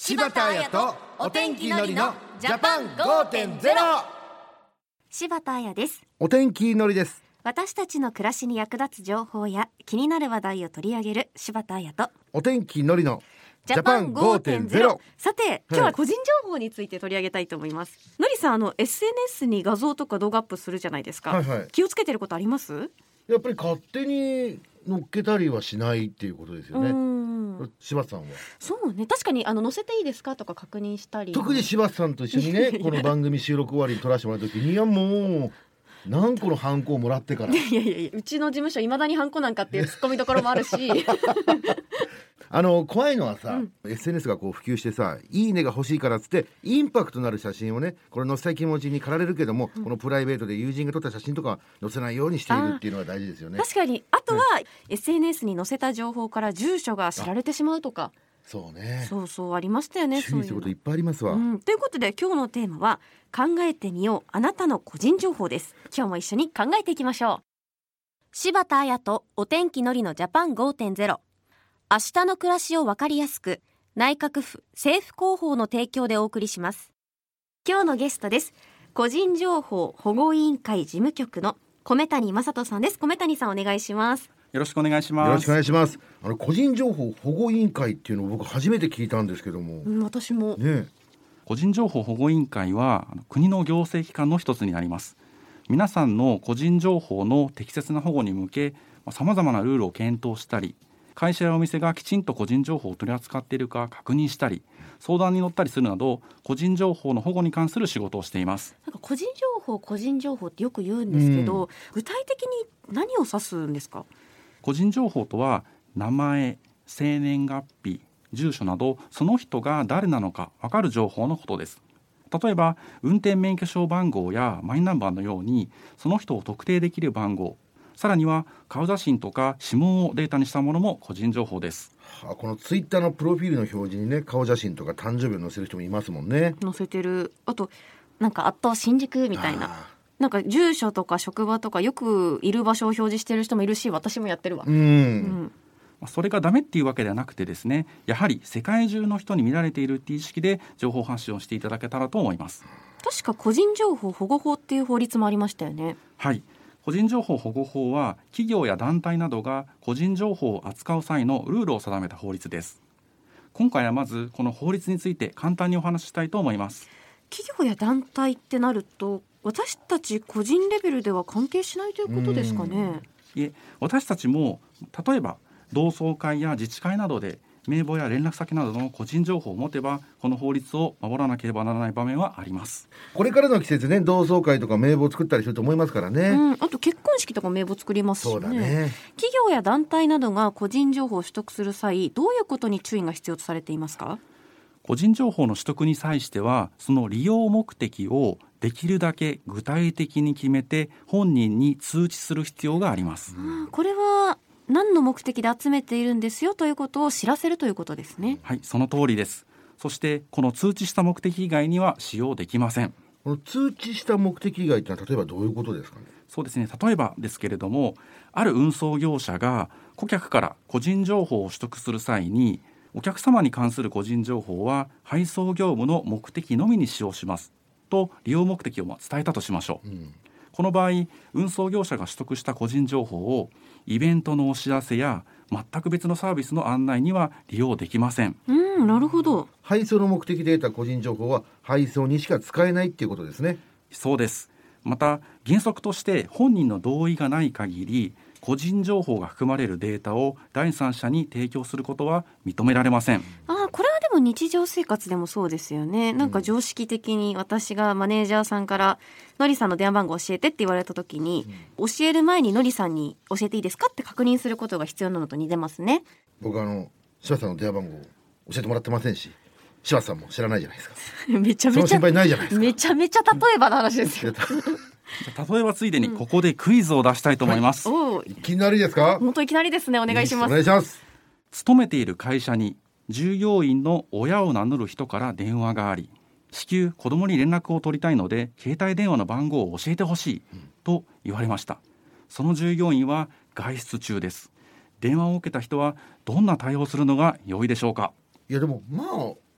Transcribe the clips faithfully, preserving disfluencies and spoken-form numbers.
柴田彩とお天気のりのジャパン ごてんゼロ。 柴田彩です。 お天気のりです。 私たちの暮らしに役立つ情報や気になる話題を取り上げる柴田彩とお天気のりのジャパン ごてんゼロ。 さて今日は個人情報について取り上げたいと思います、はい、のりさん、あの エスエヌエス に画像とか動画アップするじゃないですか、 はいはい、 気をつけてることあります？ やっぱり勝手に乗っけたりはしないっていうことですよね。柴田さんは？ そうね、確かにあの載せていいですかとか確認したり、 特に柴田さんと一緒にねこの番組収録終わりに撮らせてもらうときに、いやもう何個のハンコをもらってからいやいやいや、うちの事務所いまだにハンコなんかっていうツッコミどころもあるしあの怖いのはさ、 うん、 エスエヌエス がこう普及してさ、いいねが欲しいからっつってインパクトのある写真をね、これ載せたい気持ちに駆られるけども、うん、このプライベートで友人が撮った写真とか載せないようにしているっていうのが大事ですよね。 確かに。あとは、ね、エスエヌエス に載せた情報から住所が知られてしまうとか、 そうね、 そうそうありましたよね。 注意することいっぱいありますわ、 うん、ということで今日のテーマは考えてみよう、あなたの個人情報です。今日も一緒に考えていきましょう。柴田彩とお天気のりのジャパン ごてんゼロ。 明日の暮らしを分かりやすく、内閣府政府広報の提供でお送りします。今日のゲストです。個人情報保護委員会事務局の米谷正人さんです。米谷さん、お願いします。 よろしくお願いします。 よろしくお願いします。あの個人情報保護委員会っていうのを僕初めて聞いたんですけども、 うん、私も、 ね、 個人情報保護委員会は国の行政機関の一つになります。皆さんの個人情報の適切な保護に向け、さまざまなルールを検討したり、会社やお店がきちんと個人情報を取り扱っているか確認したり、相談に乗ったりするなど、個人情報の保護に関する仕事をしています。 なんか個人情報個人情報ってよく言うんですけど、うん、具体的に何を指すんですか？ 個人情報とは、名前、生年月日、住所などその人が誰なのか分かる情報のことです。例えば運転免許証番号やマイナンバーのようにその人を特定できる番号、さらには顔写真とか指紋をデータにしたものも個人情報です。 はあ、このツイッターのプロフィールの表示にね、顔写真とか誕生日を載せる人もいますもんね。 載せてる。あとなんかあっと新宿みたいな、なんか住所とか職場とかよくいる場所を表示してる人もいるし、私もやってるわ。うん、うんそれがダメっていうわけではなくてですね、やはり世界中の人に見られているっていう意識で情報発信をしていただけたらと思います。 確か個人情報保護法っていう法律もありましたよね。 はい、個人情報保護法は企業や団体などが個人情報を扱う際のルールを定めた法律です。今回はまずこの法律について簡単にお話ししたいと思います。 企業や団体ってなると、私たち個人レベルでは関係しないということですかね？ いえ、私たちも例えば同窓会や自治会などで名簿や連絡先などの個人情報を持てば、この法律を守らなければならない場面はあります。 これからの季節ね、同窓会とか名簿を作ったりすると思いますからね、 うん、あと結婚式とか名簿作りますしね。 そうだね。 企業や団体などが個人情報を取得する際、どういうことに注意が必要とされていますか？ 個人情報の取得に際しては、その利用目的をできるだけ具体的に決めて本人に通知する必要があります。 うん、これは何の目的で集めているんですよということを知らせるということですね。 はい、その通りです。そしてこの通知した目的以外には使用できません。 この通知した目的以外ってのは例えばどういうことですかね？ そうですね、例えばですけれども、ある運送業者が顧客から個人情報を取得する際に、お客様に関する個人情報は配送業務の目的のみに使用しますと利用目的を伝えたとしましょう、うん、この場合運送業者が取得した個人情報をイベントのお知らせや全く別のサービスの案内には利用できません。 うん、なるほど。 配送の目的で得た個人情報は配送にしか使えないっていうことですね。 そうです。また原則として本人の同意がない限り個人情報が含まれるデータを第三者に提供することは認められません。 あ、これはでも日常生活でもそうですよね。なんか常識的に私がマネージャーさんからのりさんの電話番号教えてって言われた時に、うん、教える前にのりさんに教えていいですかって確認することが必要なのと似てますね。 僕はあの柴田さんの電話番号教えてもらってませんし、柴田さんも知らないじゃないですか。 めちゃめちゃその心配ないじゃないですか。 めちゃめちゃ例えばの話ですよ例えばついでにここでクイズを出したいと思います、 うんはい、 いきなりですか？ 本当いきなりですね。お願いします。 お願いします。 勤めている会社に従業員の親を名乗る人から電話があり、至急子供に連絡を取りたいので携帯電話の番号を教えてほしいと言われました。その従業員は外出中です。電話を受けた人はどんな対応をするのが良いでしょうか？ いやでもまあ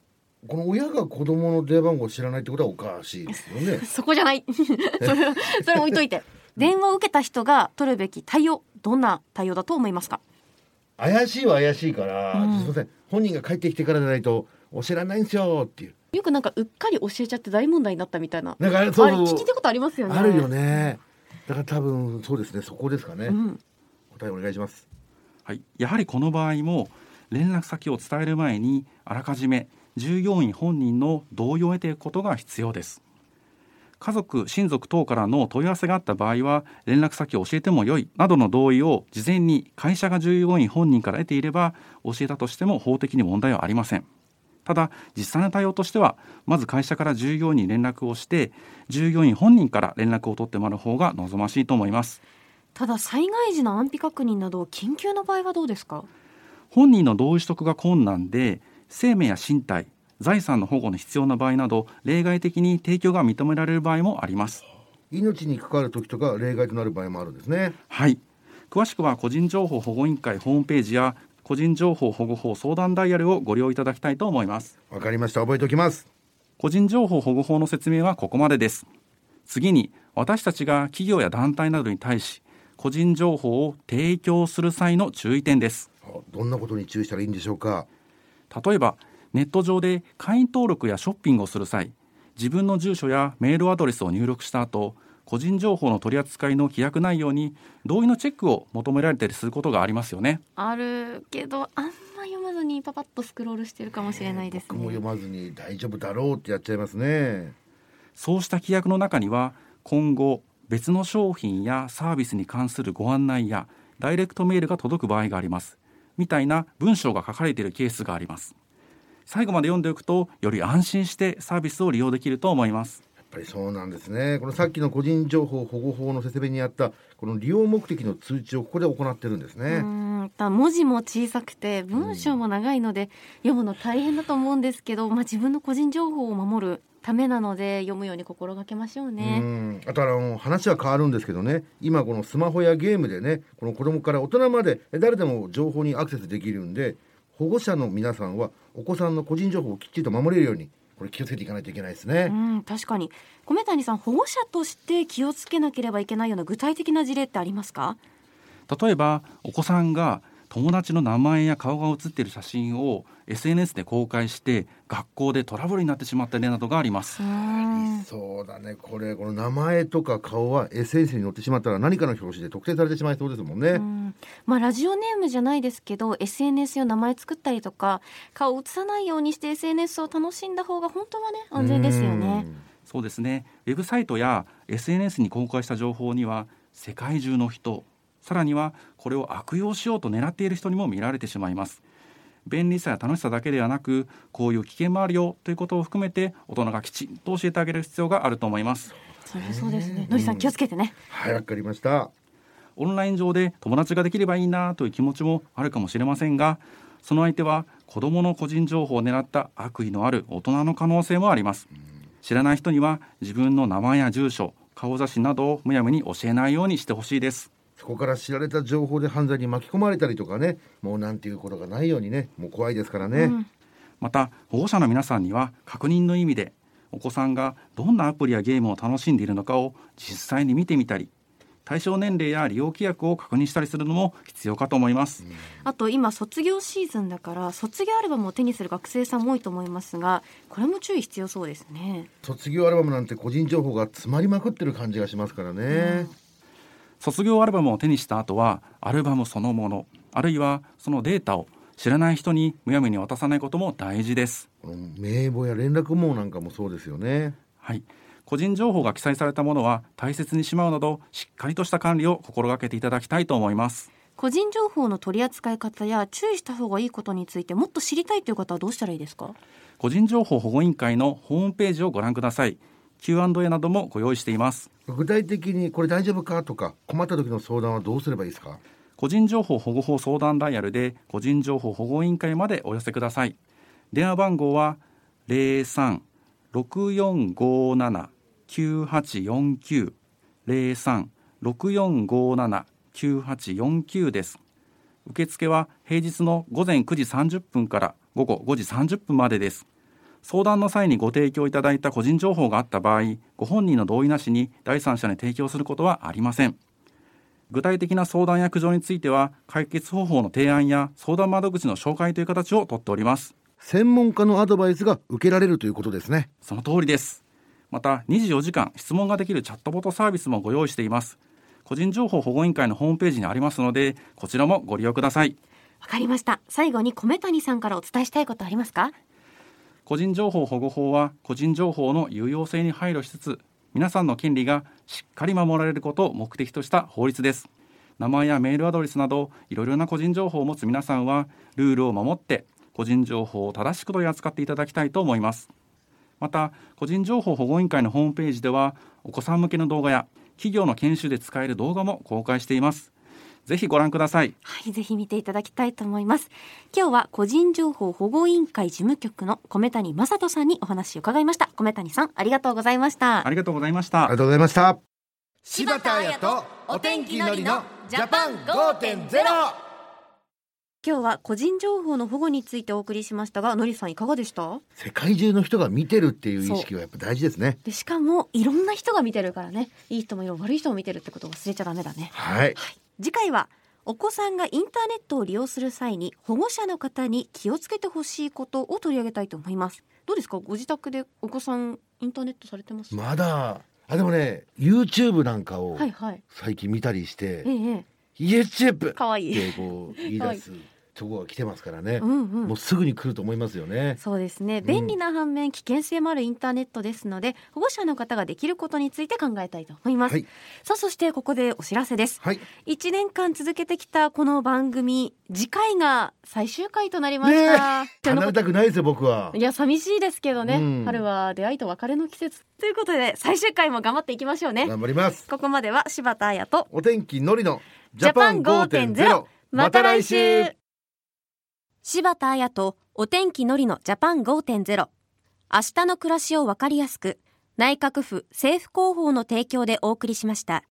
この親が子供の電話番号を知らないってことはおかしいですよねそこじゃないそれそれ置いといて電話を受けた人が取るべき対応、どんな対応だと思いますか？ 怪しいは怪しいから、 うん、 すいません、本人が帰ってきてからじゃないと教えられないんですよっていう。 よくなんかうっかり教えちゃって大問題になったみたいな、 なんかそうあれ聞いたことありますよね。 あるよね。だから多分そうですね、そこですかね、うん、答えお願いします。 はい、やはりこの場合も連絡先を伝える前にあらかじめ従業員本人の同意を得ていくことが必要です。家族、親族等からの問い合わせがあった場合は連絡先を教えてもよいなどの同意を事前に会社が従業員本人から得ていれば教えたとしても法的に問題はありません。ただ実際の対応としてはまず会社から従業員に連絡をして従業員本人から連絡を取ってもらう方が望ましいと思います。 ただ災害時の安否確認など緊急の場合はどうですか？ 本人の同意取得が困難で生命や身体、財産の保護の必要な場合など例外的に提供が認められる場合もあります。 命に関わる時とか例外となる場合もあるんですね。 はい、詳しくは個人情報保護委員会ホームページや個人情報保護法相談ダイヤルをご利用いただきたいと思います。 わかりました、覚えておきます。 個人情報保護法の説明はここまでです。次に私たちが企業や団体などに対し個人情報を提供する際の注意点です。 どんなことに注意したらいいんでしょうか？ 例えばネット上で会員登録やショッピングをする際、自分の住所やメールアドレスを入力した後、個人情報の取り扱いの規約内容に同意のチェックを求められたりすることがありますよね。 あるけどあんま読まずにパパッとスクロールしてるかもしれないですね。 僕も読まずに大丈夫だろうってやっちゃいますね。 そうした規約の中には今後別の商品やサービスに関するご案内やダイレクトメールが届く場合がありますみたいな文章が書かれているケースがあります。最後まで読んでおくとより安心してサービスを利用できると思います。 やっぱりそうなんですね。このさっきの個人情報保護法の説明にあったこの利用目的の通知をここで行ってるんですね。 うーん、だ文字も小さくて文章も長いので、うん、読むの大変だと思うんですけど、まあ、自分の個人情報を守るためなので読むように心がけましょうね。 うん、あとあの話は変わるんですけどね、今このスマホやゲームでね、この子供から大人まで誰でも情報にアクセスできるんで、保護者の皆さんはお子さんの個人情報をきっちりと守れるようにこれ気をつけていかないといけないですね。 うん、確かに。米谷さん、保護者として気をつけなければいけないような具体的な事例ってありますか？ 例えばお子さんが友達の名前や顔が写っている写真を エスエヌエス で公開して学校でトラブルになってしまった例などがあります。 ありそうだね。これこの名前とか顔は エスエヌエス に載ってしまったら何かの表紙で特定されてしまいそうですもんね。 うん、まあ、ラジオネームじゃないですけど エスエヌエス 用名前作ったりとか顔を写さないようにして エスエヌエス を楽しんだ方が本当はね安全ですよね。 うそうですね。ウェブサイトや エスエヌエス に公開した情報には世界中の人、さらにはこれを悪用しようと狙っている人にも見られてしまいます。便利さや楽しさだけではなくこういう危険もあるよということを含めて大人がきちんと教えてあげる必要があると思います。 それそうですね。のりさん気をつけてね。 はい、わかりました。 オンライン上で友達ができればいいなという気持ちもあるかもしれませんが、その相手は子どもの個人情報を狙った悪意のある大人の可能性もあります。知らない人には自分の名前や住所、顔写真などをむやみに教えないようにしてほしいです。 そこから知られた情報で犯罪に巻き込まれたりとかね、もうなんていうことがないようにね、もう怖いですからね、うん、 また保護者の皆さんには確認の意味でお子さんがどんなアプリやゲームを楽しんでいるのかを実際に見てみたり、対象年齢や利用規約を確認したりするのも必要かと思います、うん、 あと今卒業シーズンだから卒業アルバムを手にする学生さんも多いと思いますが、これも注意必要そうですね。 卒業アルバムなんて個人情報が詰まりまくってる感じがしますからね、うん、 卒業アルバムを手にした後はアルバムそのもの、あるいはそのデータを知らない人にむやみに渡さないことも大事です。 名簿や連絡網なんかもそうですよね。 はい、個人情報が記載されたものは大切にしまうなどしっかりとした管理を心がけていただきたいと思います。 個人情報の取り扱い方や注意した方がいいことについてもっと知りたいという方はどうしたらいいですか？ 個人情報保護委員会のホームページをご覧ください。 キューアンドエー などもご用意しています。 具体的にこれ大丈夫かとか困った時の相談はどうすればいいですか？ 個人情報保護法相談ダイヤルで個人情報保護委員会までお寄せください。電話番号は ゼロさん ろくよんごなな きゅうはちよんきゅう ゼロさん ろくよんごなな きゅうはちよんきゅうです。受付は平日の午前くじさんじゅっぷんから午後ごじさんじゅっぷんまでです。 相談の際にご提供いただいた個人情報があった場合、ご本人の同意なしに第三者に提供することはありません。具体的な相談や苦情については、解決方法の提案や相談窓口の紹介という形をとっております。 専門家のアドバイスが受けられるということですね。 その通りです。またにじゅうよじかん質問ができるチャットボットサービスもご用意しています。個人情報保護委員会のホームページにありますので、こちらもご利用ください。 わかりました。最後に米谷さんからお伝えしたいことありますか？ 個人情報保護法は個人情報の有用性に配慮しつつ、皆さんの権利がしっかり守られることを目的とした法律です。名前やメールアドレスなどいろいろな個人情報を持つ皆さんは、ルールを守って個人情報を正しく取り扱っていただきたいと思います。また、個人情報保護委員会のホームページでは、お子さん向けの動画や企業の研修で使える動画も公開しています。ぜひご覧ください。 はい、ぜひ見ていただきたいと思います。今日は個人情報保護委員会事務局の米谷正人さんにお話を伺いました。米谷さん、ありがとうございました。 ありがとうございました。 ありがとうございました。 柴田彩とお天気のりのジャパン ごてんゼロ。 今日は個人情報の保護についてお送りしましたが、のりさんいかがでした？ 世界中の人が見てるっていう意識はやっぱ大事ですね。 でしかもいろんな人が見てるからね、いい人もいる、悪い人も見てるってことを忘れちゃダメだね。 はい、はい、 次回はお子さんがインターネットを利用する際に保護者の方に気をつけてほしいことを取り上げたいと思います。どうですか、ご自宅でお子さんインターネットされてます？ まだあでもね YouTube なんかをはいはい最近見たりして、 ええ、 YouTube かわいいってこう言い出すとこが来てますからね、 うんうん、 もうすぐに来ると思いますよね。 そうですね、便利な反面危険性もあるインターネットですので、保護者の方ができることについて考えたいと思います、はい、さあそしてここでお知らせです、はい、いちねんかん続けてきたこの番組、次回が最終回となりました、 ね、離れたくないですよ僕は。 いや寂しいですけどね、うん、春は出会いと別れの季節ということで、最終回も頑張っていきましょうね。 頑張ります。 ここまでは柴田彩とお天気のりのジャパン ごてんゼロ、 また来週。 柴田彩とお天気のりのジャパン ごてんゼロ、 明日の暮らしをわかりやすく、内閣府政府広報の提供でお送りしました。